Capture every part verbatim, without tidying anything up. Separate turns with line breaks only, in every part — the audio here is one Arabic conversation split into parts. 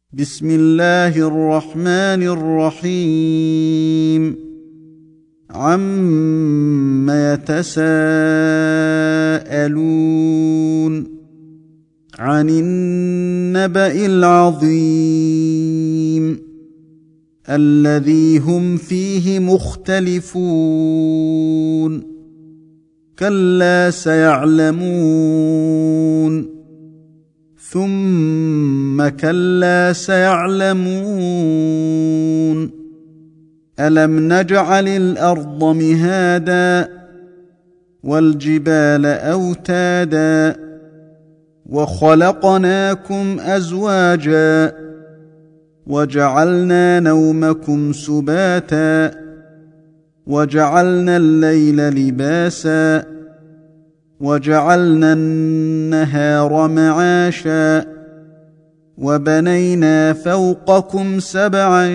بسم الله الرحمن الرحيم عم يتساءلون عن النبأ العظيم الذي هم فيه مختلفون كلا سيعلمون ثم كلا سيعلمون ألم نجعل الأرض مهادا والجبال أوتادا وخلقناكم أزواجا وجعلنا نومكم سباتا وجعلنا الليل لباسا وجعلنا النهار معاشا وبنينا فوقكم سبعا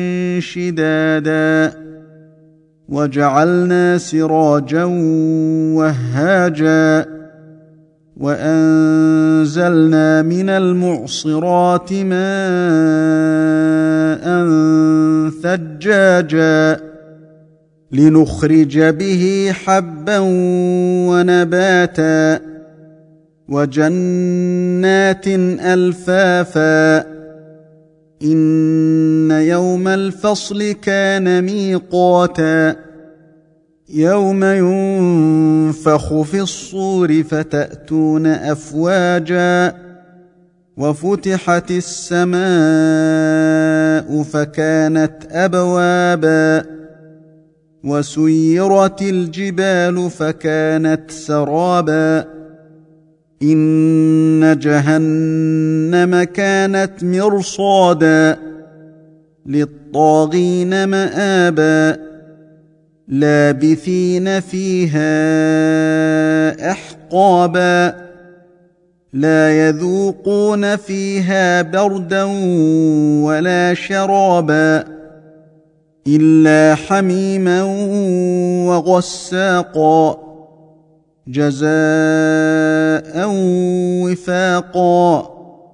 شدادا وجعلنا سراجا وهاجا وأنزلنا من المعصرات ماء ثجاجا لنخرج به حبا ونباتا وجنات ألفافا إن يوم الفصل كان ميقاتا يوم ينفخ في الصور فتأتون أفواجا وفتحت السماء فكانت أبوابا وسيرت الجبال فكانت سرابا إن جهنم كانت مرصادا للطاغين مآبا لابثين فيها أحقابا لا يذوقون فيها بردا ولا شرابا إلا حميما وغساقا جزاء وفاقا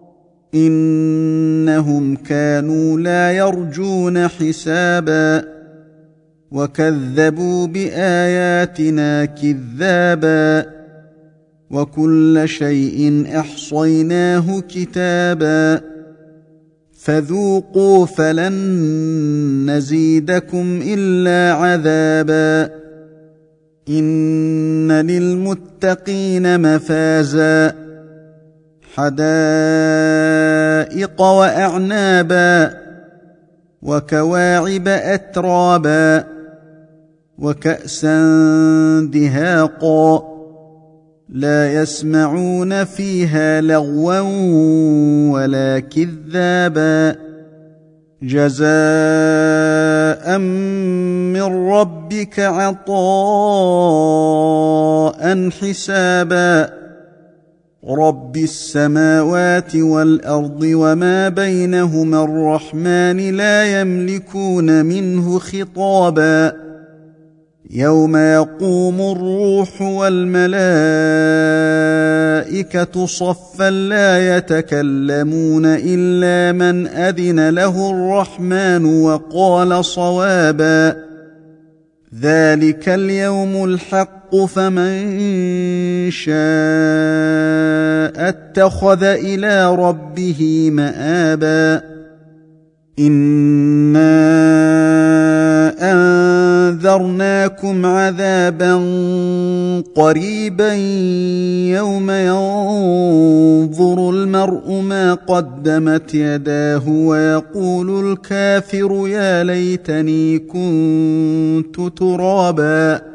إنهم كانوا لا يرجون حسابا وكذبوا بآياتنا كذابا وكل شيء أحصيناه كتابا فذوقوا فلن نزيدكم إلا عذابا إن للمتقين مفازا حدائق وأعنابا وكواعب أترابا وكأسا دهاقا لا يسمعون فيها لغوا ولا كذابا جزاء من ربك عطاء حسابا رب السماوات والأرض وما بينهما الرحمن لا يملكون منه خطابا يوم يقوم الروح والملائكة صفا لا يتكلمون إلا من أذن له الرحمن وقال صوابا ذلك اليوم الحق فمن شاء اتخذ إلى ربه مآبا إنا أنذرناكم عذابا قريبا يوم ينظر المرء ما قدمت يداه ويقول الكافر يا ليتني كنت ترابا